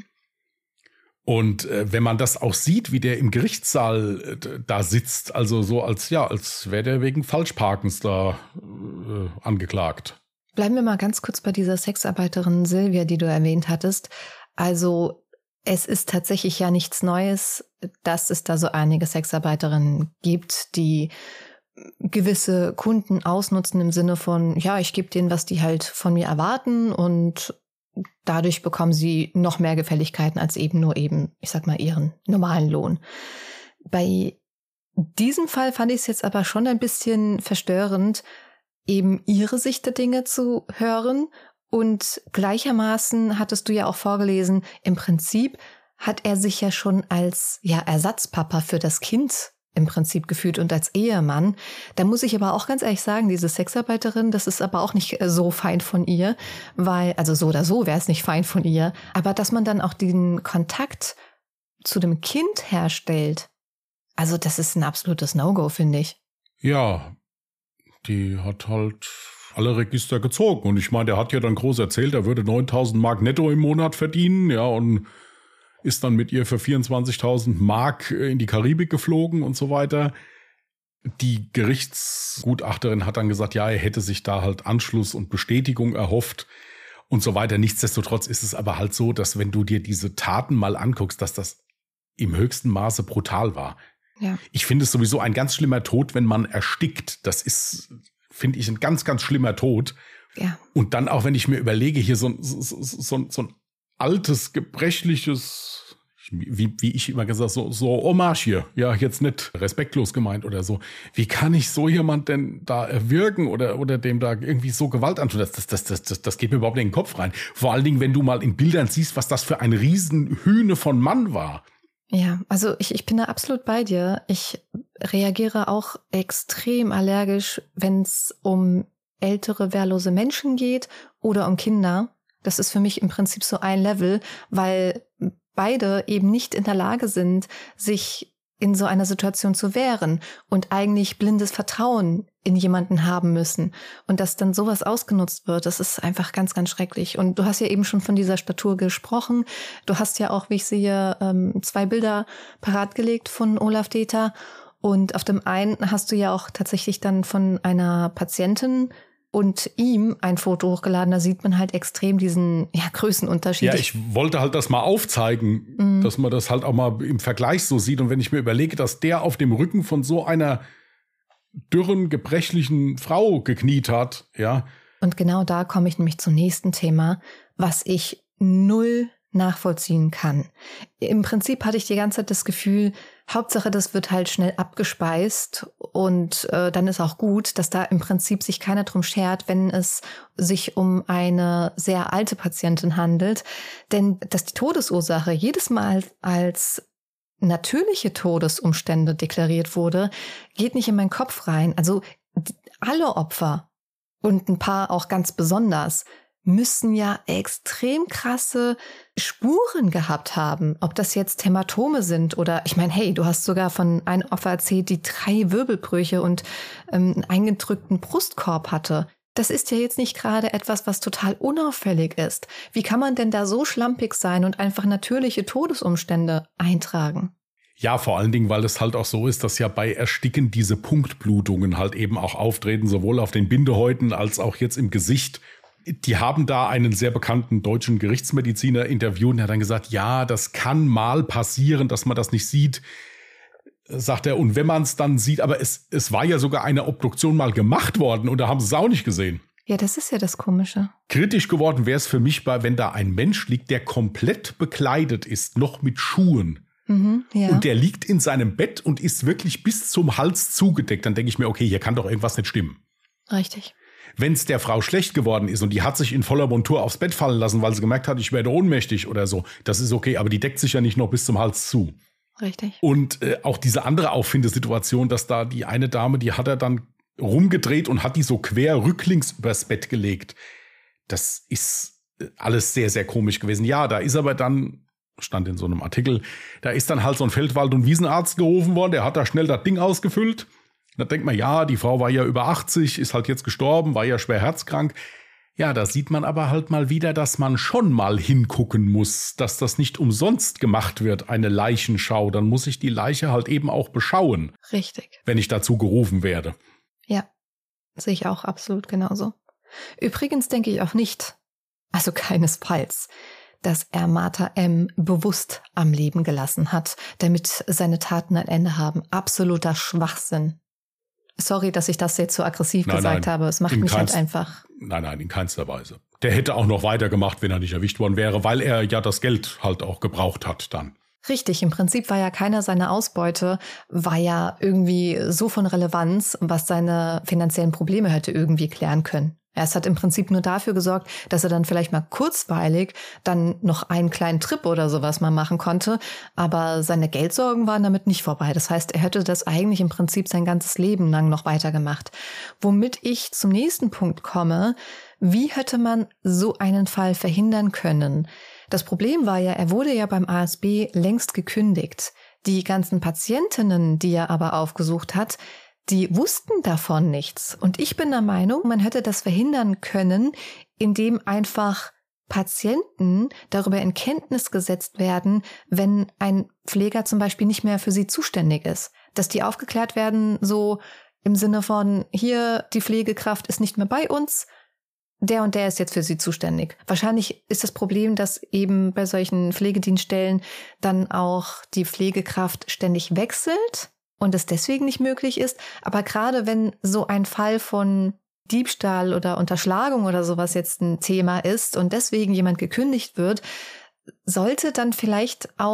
S2: Und wenn man das auch sieht, wie der im Gerichtssaal da sitzt, also so als wäre der wegen Falschparkens da angeklagt.
S1: Bleiben wir mal ganz kurz bei dieser Sexarbeiterin Silvia, die du erwähnt hattest. Also es ist tatsächlich ja nichts Neues, dass es da so einige Sexarbeiterinnen gibt, die gewisse Kunden ausnutzen im Sinne von, ja, ich gebe denen, was die halt von mir erwarten und dadurch bekommen sie noch mehr Gefälligkeiten als ich sag mal, ihren normalen Lohn. Bei diesem Fall fand ich es jetzt aber schon ein bisschen verstörend, eben ihre Sicht der Dinge zu hören. Und gleichermaßen hattest du ja auch vorgelesen, im Prinzip hat er sich ja schon als Ersatzpapa für das Kind im Prinzip gefühlt und als Ehemann. Da muss ich aber auch ganz ehrlich sagen, diese Sexarbeiterin, das ist aber auch nicht so fein von ihr, weil, also so oder so wäre es nicht fein von ihr, aber dass man dann auch den Kontakt zu dem Kind herstellt, also das ist ein absolutes No-Go, finde ich.
S2: Ja, die hat halt alle Register gezogen. Und ich meine, der hat ja dann groß erzählt, er würde 9.000 Mark netto im Monat verdienen, ja, und ist dann mit ihr für 24.000 Mark in die Karibik geflogen und so weiter. Die Gerichtsgutachterin hat dann gesagt, ja, er hätte sich da halt Anschluss und Bestätigung erhofft und so weiter. Nichtsdestotrotz ist es aber halt so, dass wenn du dir diese Taten mal anguckst, dass das im höchsten Maße brutal war.
S1: Ja.
S2: Ich finde es sowieso ein ganz schlimmer Tod, wenn man erstickt. Das ist, finde ich, ein ganz, ganz schlimmer Tod.
S1: Ja.
S2: Und dann auch, wenn ich mir überlege, hier so ein altes, gebrechliches, wie ich immer gesagt, so Hommage hier. Ja, jetzt nicht respektlos gemeint oder so. Wie kann ich so jemand denn da erwürgen oder dem da irgendwie so Gewalt antun? Das geht mir überhaupt nicht in den Kopf rein. Vor allen Dingen, wenn du mal in Bildern siehst, was das für ein Riesenhühne von Mann war.
S1: Ja, also ich bin da absolut bei dir. Ich reagiere auch extrem allergisch, wenn es um ältere, wehrlose Menschen geht oder um Kinder. Das ist für mich im Prinzip so ein Level, weil beide eben nicht in der Lage sind, sich in so einer Situation zu wehren und eigentlich blindes Vertrauen in jemanden haben müssen. Und dass dann sowas ausgenutzt wird, das ist einfach ganz, ganz schrecklich. Und du hast ja eben schon von dieser Statur gesprochen. Du hast ja auch, wie ich sehe, 2 Bilder parat gelegt von Olaf Deter. Und auf dem einen hast du ja auch tatsächlich dann von einer Patientin und ihm ein Foto hochgeladen, da sieht man halt extrem diesen Größenunterschied.
S2: Ja, ich wollte halt das mal aufzeigen, dass man das halt auch mal im Vergleich so sieht. Und wenn ich mir überlege, dass der auf dem Rücken von so einer dürren, gebrechlichen Frau gekniet hat, ja.
S1: Und genau da komme ich nämlich zum nächsten Thema, was ich null nachvollziehen kann. Im Prinzip hatte ich die ganze Zeit das Gefühl, Hauptsache, das wird halt schnell abgespeist und dann ist auch gut, dass da im Prinzip sich keiner drum schert, wenn es sich um eine sehr alte Patientin handelt. Denn dass die Todesursache jedes Mal als natürliche Todesumstände deklariert wurde, geht nicht in meinen Kopf rein. Also alle Opfer und ein paar auch ganz besonders müssen ja extrem krasse Spuren gehabt haben. Ob das jetzt Hämatome sind oder, ich meine, hey, du hast sogar von einem Opfer erzählt, die 3 Wirbelbrüche und einen eingedrückten Brustkorb hatte. Das ist ja jetzt nicht gerade etwas, was total unauffällig ist. Wie kann man denn da so schlampig sein und einfach natürliche Todesumstände eintragen?
S2: Ja, vor allen Dingen, weil es halt auch so ist, dass ja bei Ersticken diese Punktblutungen halt eben auch auftreten, sowohl auf den Bindehäuten als auch jetzt im Gesicht. Die haben da einen sehr bekannten deutschen Gerichtsmediziner interviewt und er hat dann gesagt, ja, das kann mal passieren, dass man das nicht sieht, sagt er. Und wenn man es dann sieht, aber es war ja sogar eine Obduktion mal gemacht worden und da haben sie es auch nicht gesehen.
S1: Ja, das ist ja das Komische.
S2: Kritisch geworden wäre es für mich, wenn da ein Mensch liegt, der komplett bekleidet ist, noch mit Schuhen.
S1: Ja.
S2: Und der liegt in seinem Bett und ist wirklich bis zum Hals zugedeckt. Dann denke ich mir, okay, hier kann doch irgendwas nicht stimmen.
S1: Richtig.
S2: Wenn es der Frau schlecht geworden ist und die hat sich in voller Montur aufs Bett fallen lassen, weil sie gemerkt hat, ich werde ohnmächtig oder so, das ist okay, aber die deckt sich ja nicht noch bis zum Hals zu.
S1: Richtig.
S2: Und auch diese andere Auffindesituation, dass da die eine Dame, die hat er dann rumgedreht und hat die so quer rücklings übers Bett gelegt. Das ist alles sehr, sehr komisch gewesen. Ja, da ist aber dann, stand in so einem Artikel, da ist dann halt so ein Feldwald- und Wiesenarzt gerufen worden, der hat da schnell das Ding ausgefüllt. Da denkt man, ja, die Frau war ja über 80, ist halt jetzt gestorben, war ja schwer herzkrank. Ja, da sieht man aber halt mal wieder, dass man schon mal hingucken muss, dass das nicht umsonst gemacht wird, eine Leichenschau. Dann muss ich die Leiche halt eben auch beschauen.
S1: Richtig.
S2: Wenn ich dazu gerufen werde.
S1: Ja, sehe ich auch absolut genauso. Übrigens denke ich auch nicht, also keinesfalls, dass er Martha M. bewusst am Leben gelassen hat, damit seine Taten ein Ende haben. Absoluter Schwachsinn. Sorry, dass ich das jetzt so aggressiv gesagt habe. Es macht mich halt einfach...
S2: Nein, in keinster Weise. Der hätte auch noch weitergemacht, wenn er nicht erwischt worden wäre, weil er ja das Geld halt auch gebraucht hat dann.
S1: Richtig, im Prinzip war ja keiner seiner Ausbeute, war ja irgendwie so von Relevanz, was seine finanziellen Probleme hätte irgendwie klären können. Es hat im Prinzip nur dafür gesorgt, dass er dann vielleicht mal kurzweilig dann noch einen kleinen Trip oder sowas mal machen konnte. Aber seine Geldsorgen waren damit nicht vorbei. Das heißt, er hätte das eigentlich im Prinzip sein ganzes Leben lang noch weitergemacht. Womit ich zum nächsten Punkt komme. Wie hätte man so einen Fall verhindern können? Das Problem war ja, er wurde ja beim ASB längst gekündigt. Die ganzen Patientinnen, die er aber aufgesucht hat, die wussten davon nichts. Und ich bin der Meinung, man hätte das verhindern können, indem einfach Patienten darüber in Kenntnis gesetzt werden, wenn ein Pfleger zum Beispiel nicht mehr für sie zuständig ist. Dass die aufgeklärt werden, so im Sinne von, hier, die Pflegekraft ist nicht mehr bei uns, der und der ist jetzt für sie zuständig. Wahrscheinlich ist das Problem, dass eben bei solchen Pflegedienststellen dann auch die Pflegekraft ständig wechselt und es deswegen nicht möglich ist. Aber gerade wenn so ein Fall von Diebstahl oder Unterschlagung oder sowas jetzt ein Thema ist und deswegen jemand gekündigt wird, sollte dann vielleicht auch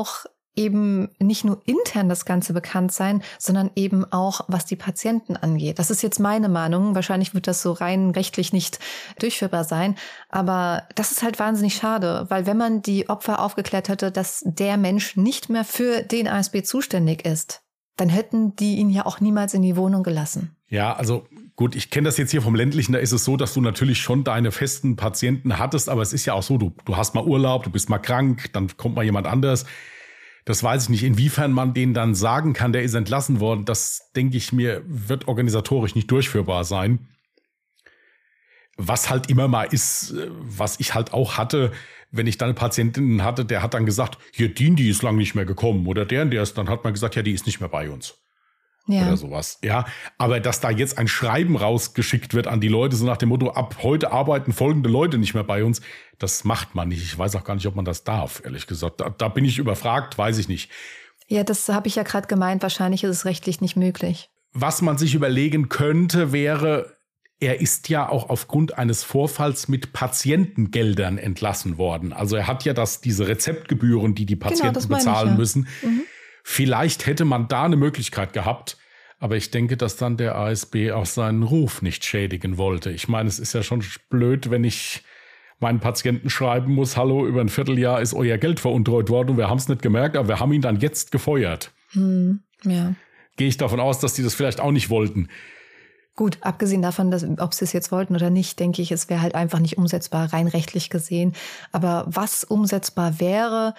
S1: eben nicht nur intern das Ganze bekannt sein, sondern eben auch, was die Patienten angeht. Das ist jetzt meine Meinung. Wahrscheinlich wird das so rein rechtlich nicht durchführbar sein. Aber das ist halt wahnsinnig schade, weil wenn man die Opfer aufgeklärt hätte, dass der Mensch nicht mehr für den ASB zuständig ist, dann hätten die ihn ja auch niemals in die Wohnung gelassen.
S2: Ja, also gut, ich kenne das jetzt hier vom Ländlichen, da ist es so, dass du natürlich schon deine festen Patienten hattest, aber es ist ja auch so, du hast mal Urlaub, du bist mal krank, dann kommt mal jemand anders. Das weiß ich nicht, inwiefern man denen dann sagen kann, der ist entlassen worden. Das, denke ich mir, wird organisatorisch nicht durchführbar sein. Was halt immer mal ist, was ich halt auch hatte, wenn ich dann eine Patientin hatte, der hat dann gesagt, hier, die ist lang nicht mehr gekommen. Oder der ist, dann hat man gesagt, ja, die ist nicht mehr bei uns. Ja. Oder sowas. Ja, aber dass da jetzt ein Schreiben rausgeschickt wird an die Leute, so nach dem Motto, ab heute arbeiten folgende Leute nicht mehr bei uns, das macht man nicht. Ich weiß auch gar nicht, ob man das darf, ehrlich gesagt. Da bin ich überfragt, weiß ich nicht.
S1: Ja, das habe ich ja gerade gemeint. Wahrscheinlich ist es rechtlich nicht möglich.
S2: Was man sich überlegen könnte, wäre, er ist ja auch aufgrund eines Vorfalls mit Patientengeldern entlassen worden. Also er hat ja diese Rezeptgebühren, die Patienten bezahlen müssen. Mhm. Vielleicht hätte man da eine Möglichkeit gehabt, aber ich denke, dass dann der ASB auch seinen Ruf nicht schädigen wollte. Ich meine, es ist ja schon blöd, wenn ich meinen Patienten schreiben muss, hallo, über ein Vierteljahr ist euer Geld veruntreut worden und wir haben es nicht gemerkt, aber wir haben ihn dann jetzt gefeuert.
S1: Ja.
S2: Gehe ich davon aus, dass die das vielleicht auch nicht wollten.
S1: Gut, abgesehen davon, ob sie es jetzt wollten oder nicht, denke ich, es wäre halt einfach nicht umsetzbar, rein rechtlich gesehen. Aber was umsetzbar wäre,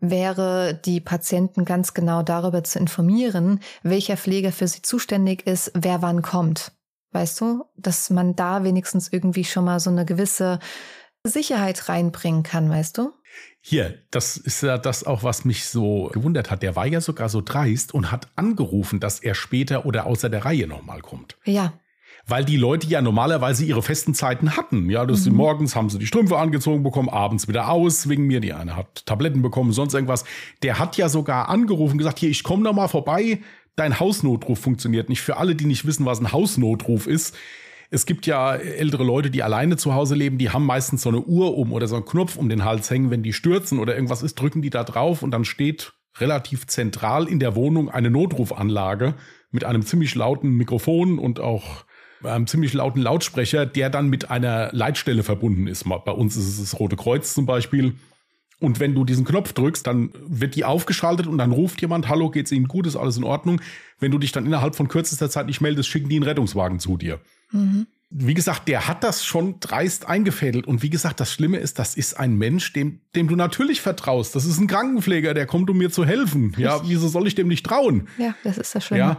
S1: die Patienten ganz genau darüber zu informieren, welcher Pfleger für sie zuständig ist, wer wann kommt. Weißt du, dass man da wenigstens irgendwie schon mal so eine gewisse Sicherheit reinbringen kann, weißt du?
S2: Hier, das ist ja das auch, was mich so gewundert hat. Der war ja sogar so dreist und hat angerufen, dass er später oder außer der Reihe nochmal kommt.
S1: Ja.
S2: Weil die Leute ja normalerweise ihre festen Zeiten hatten. Ja, morgens haben sie die Strümpfe angezogen bekommen, abends wieder aus wegen mir. Die eine hat Tabletten bekommen, sonst irgendwas. Der hat ja sogar angerufen, gesagt, hier, ich komme noch mal vorbei. Dein Hausnotruf funktioniert nicht. Für alle, die nicht wissen, was ein Hausnotruf ist. Es gibt ja ältere Leute, die alleine zu Hause leben. Die haben meistens so eine Uhr oder so einen Knopf um den Hals hängen. Wenn die stürzen oder irgendwas ist, drücken die da drauf und dann steht relativ zentral in der Wohnung eine Notrufanlage mit einem ziemlich lauten Mikrofon und auch einem ziemlich lauten Lautsprecher, der dann mit einer Leitstelle verbunden ist. Bei uns ist es das Rote Kreuz zum Beispiel. Und wenn du diesen Knopf drückst, dann wird die aufgeschaltet und dann ruft jemand, hallo, geht's Ihnen gut, ist alles in Ordnung. Wenn du dich dann innerhalb von kürzester Zeit nicht meldest, schicken die einen Rettungswagen zu dir. Mhm. Wie gesagt, der hat das schon dreist eingefädelt. Und wie gesagt, das Schlimme ist, das ist ein Mensch, dem du natürlich vertraust. Das ist ein Krankenpfleger, der kommt, um mir zu helfen. Ja, wieso soll ich dem nicht trauen?
S1: Ja, das ist das Schlimme.
S2: Ja,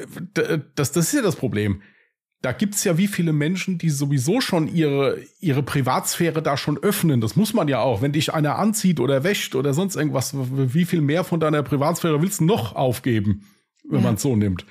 S2: das ist ja das Problem. Da gibt's ja wie viele Menschen, die sowieso schon ihre Privatsphäre da schon öffnen. Das muss man ja auch. Wenn dich einer anzieht oder wäscht oder sonst irgendwas, wie viel mehr von deiner Privatsphäre willst du noch aufgeben, wenn man es so nimmt?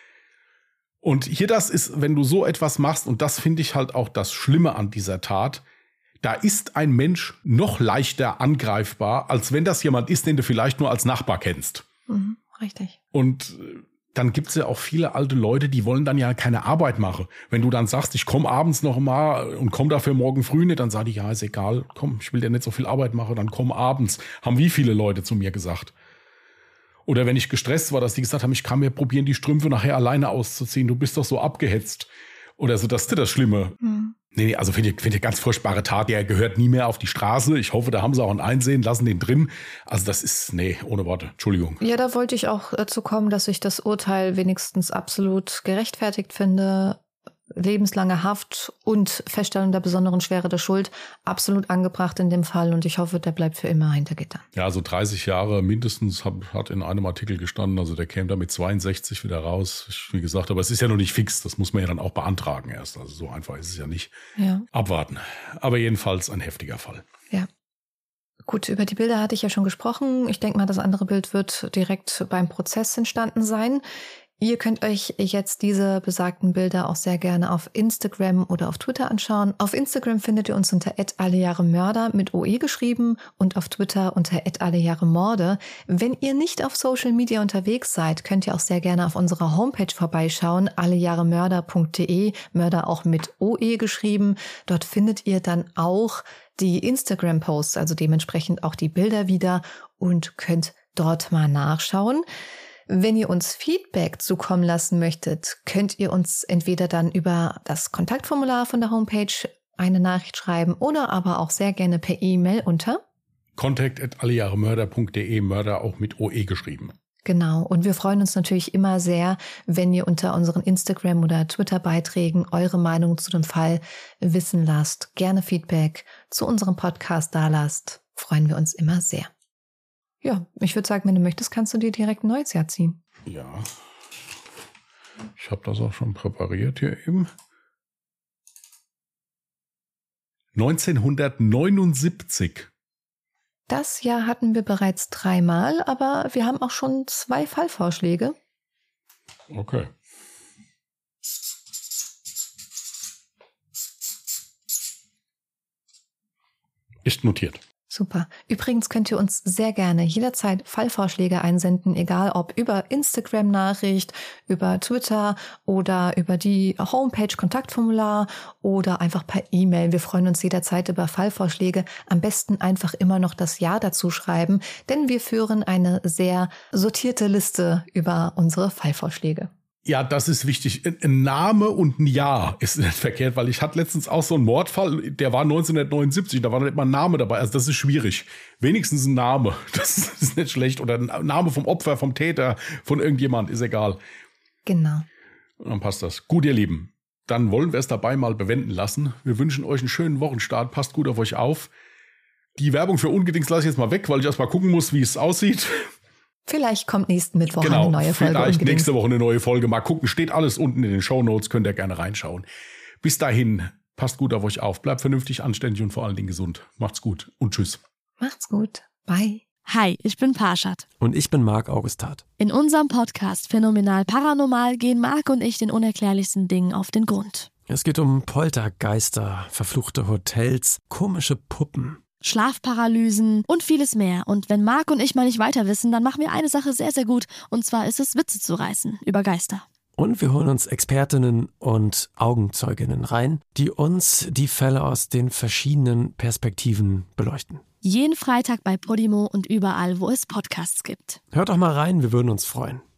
S2: Und hier das ist, wenn du so etwas machst, und das finde ich halt auch das Schlimme an dieser Tat, da ist ein Mensch noch leichter angreifbar, als wenn das jemand ist, den du vielleicht nur als Nachbar kennst.
S1: Mhm, richtig.
S2: Und dann gibt's ja auch viele alte Leute, die wollen dann ja keine Arbeit machen. Wenn du dann sagst, ich komme abends noch mal und komme dafür morgen früh nicht, dann sage ich, ja, ist egal, komm, ich will dir nicht so viel Arbeit machen, dann komm abends. Haben wie viele Leute zu mir gesagt. Oder wenn ich gestresst war, dass die gesagt haben, ich kann mir probieren, die Strümpfe nachher alleine auszuziehen, du bist doch so abgehetzt. Oder so, das ist das Schlimme. Mhm. Nee, also finde ich ganz furchtbare Tat. Der gehört nie mehr auf die Straße. Ich hoffe, da haben sie auch ein Einsehen, lassen den drin. Also das ist, ohne Worte. Entschuldigung.
S1: Ja, da wollte ich auch dazu kommen, dass ich das Urteil wenigstens absolut gerechtfertigt finde. Lebenslange Haft und Feststellung der besonderen Schwere der Schuld absolut angebracht in dem Fall. Und ich hoffe, der bleibt für immer hinter Gittern.
S2: Ja, also 30 Jahre mindestens hat in einem Artikel gestanden. Also der käme da mit 62 wieder raus. Wie gesagt, aber es ist ja noch nicht fix. Das muss man ja dann auch beantragen erst. Also so einfach ist es ja nicht.
S1: Ja.
S2: Abwarten. Aber jedenfalls ein heftiger Fall.
S1: Ja. Gut, über die Bilder hatte ich ja schon gesprochen. Ich denke mal, das andere Bild wird direkt beim Prozess entstanden sein. Ihr könnt euch jetzt diese besagten Bilder auch sehr gerne auf Instagram oder auf Twitter anschauen. Auf Instagram findet ihr uns unter @allejahremörder mit OE geschrieben und auf Twitter unter @allejahremorde. Wenn ihr nicht auf Social Media unterwegs seid, könnt ihr auch sehr gerne auf unserer Homepage vorbeischauen, allejahremörder.de, Mörder auch mit OE geschrieben. Dort findet ihr dann auch die Instagram-Posts, also dementsprechend auch die Bilder wieder und könnt dort mal nachschauen. Wenn ihr uns Feedback zukommen lassen möchtet, könnt ihr uns entweder dann über das Kontaktformular von der Homepage eine Nachricht schreiben oder aber auch sehr gerne per E-Mail unter
S2: contact@allejahremörder.de, Mörder auch mit OE geschrieben.
S1: Genau, und wir freuen uns natürlich immer sehr, wenn ihr unter unseren Instagram- oder Twitter-Beiträgen eure Meinung zu dem Fall wissen lasst. Gerne Feedback zu unserem Podcast dalasst. Freuen wir uns immer sehr. Ja, ich würde sagen, wenn du möchtest, kannst du dir direkt ein neues Jahr ziehen.
S2: Ja, ich habe das auch schon präpariert hier eben. 1979.
S1: Das Jahr hatten wir bereits 3-mal, aber wir haben auch schon 2 Fallvorschläge.
S2: Okay. Ist notiert.
S1: Super. Übrigens könnt ihr uns sehr gerne jederzeit Fallvorschläge einsenden, egal ob über Instagram-Nachricht, über Twitter oder über die Homepage-Kontaktformular oder einfach per E-Mail. Wir freuen uns jederzeit über Fallvorschläge. Am besten einfach immer noch das Jahr dazu schreiben, denn wir führen eine sehr sortierte Liste über unsere Fallvorschläge.
S2: Ja, das ist wichtig. Ein Name und ein Jahr ist nicht verkehrt, weil ich hatte letztens auch so einen Mordfall, der war 1979, da war nicht mal ein Name dabei. Also das ist schwierig. Wenigstens ein Name, das ist nicht schlecht. Oder ein Name vom Opfer, vom Täter, von irgendjemand, ist egal.
S1: Genau.
S2: Dann passt das. Gut, ihr Lieben, dann wollen wir es dabei mal bewenden lassen. Wir wünschen euch einen schönen Wochenstart. Passt gut auf euch auf. Die Werbung für Ungedings lasse ich jetzt mal weg, weil ich erst mal gucken muss, wie es aussieht.
S1: Vielleicht kommt nächsten Mittwoch eine neue Folge.
S2: Vielleicht nächste Woche eine neue Folge. Mal gucken, steht alles unten in den Shownotes, könnt ihr gerne reinschauen. Bis dahin, passt gut auf euch auf, bleibt vernünftig, anständig und vor allen Dingen gesund. Macht's gut und tschüss.
S1: Macht's gut. Bye.
S3: Hi, ich bin Parshad.
S4: Und ich bin Marc Augustat.
S3: In unserem Podcast Phänomenal Paranormal gehen Marc und ich den unerklärlichsten Dingen auf den Grund.
S4: Es geht um Poltergeister, verfluchte Hotels, komische Puppen,
S3: Schlafparalysen und vieles mehr. Und wenn Marc und ich mal nicht weiter wissen, dann machen wir eine Sache sehr, sehr gut. Und zwar ist es, Witze zu reißen über Geister.
S4: Und wir holen uns Expertinnen und Augenzeuginnen rein, die uns die Fälle aus den verschiedenen Perspektiven beleuchten.
S3: Jeden Freitag bei Podimo und überall, wo es Podcasts gibt.
S4: Hört doch mal rein, wir würden uns freuen.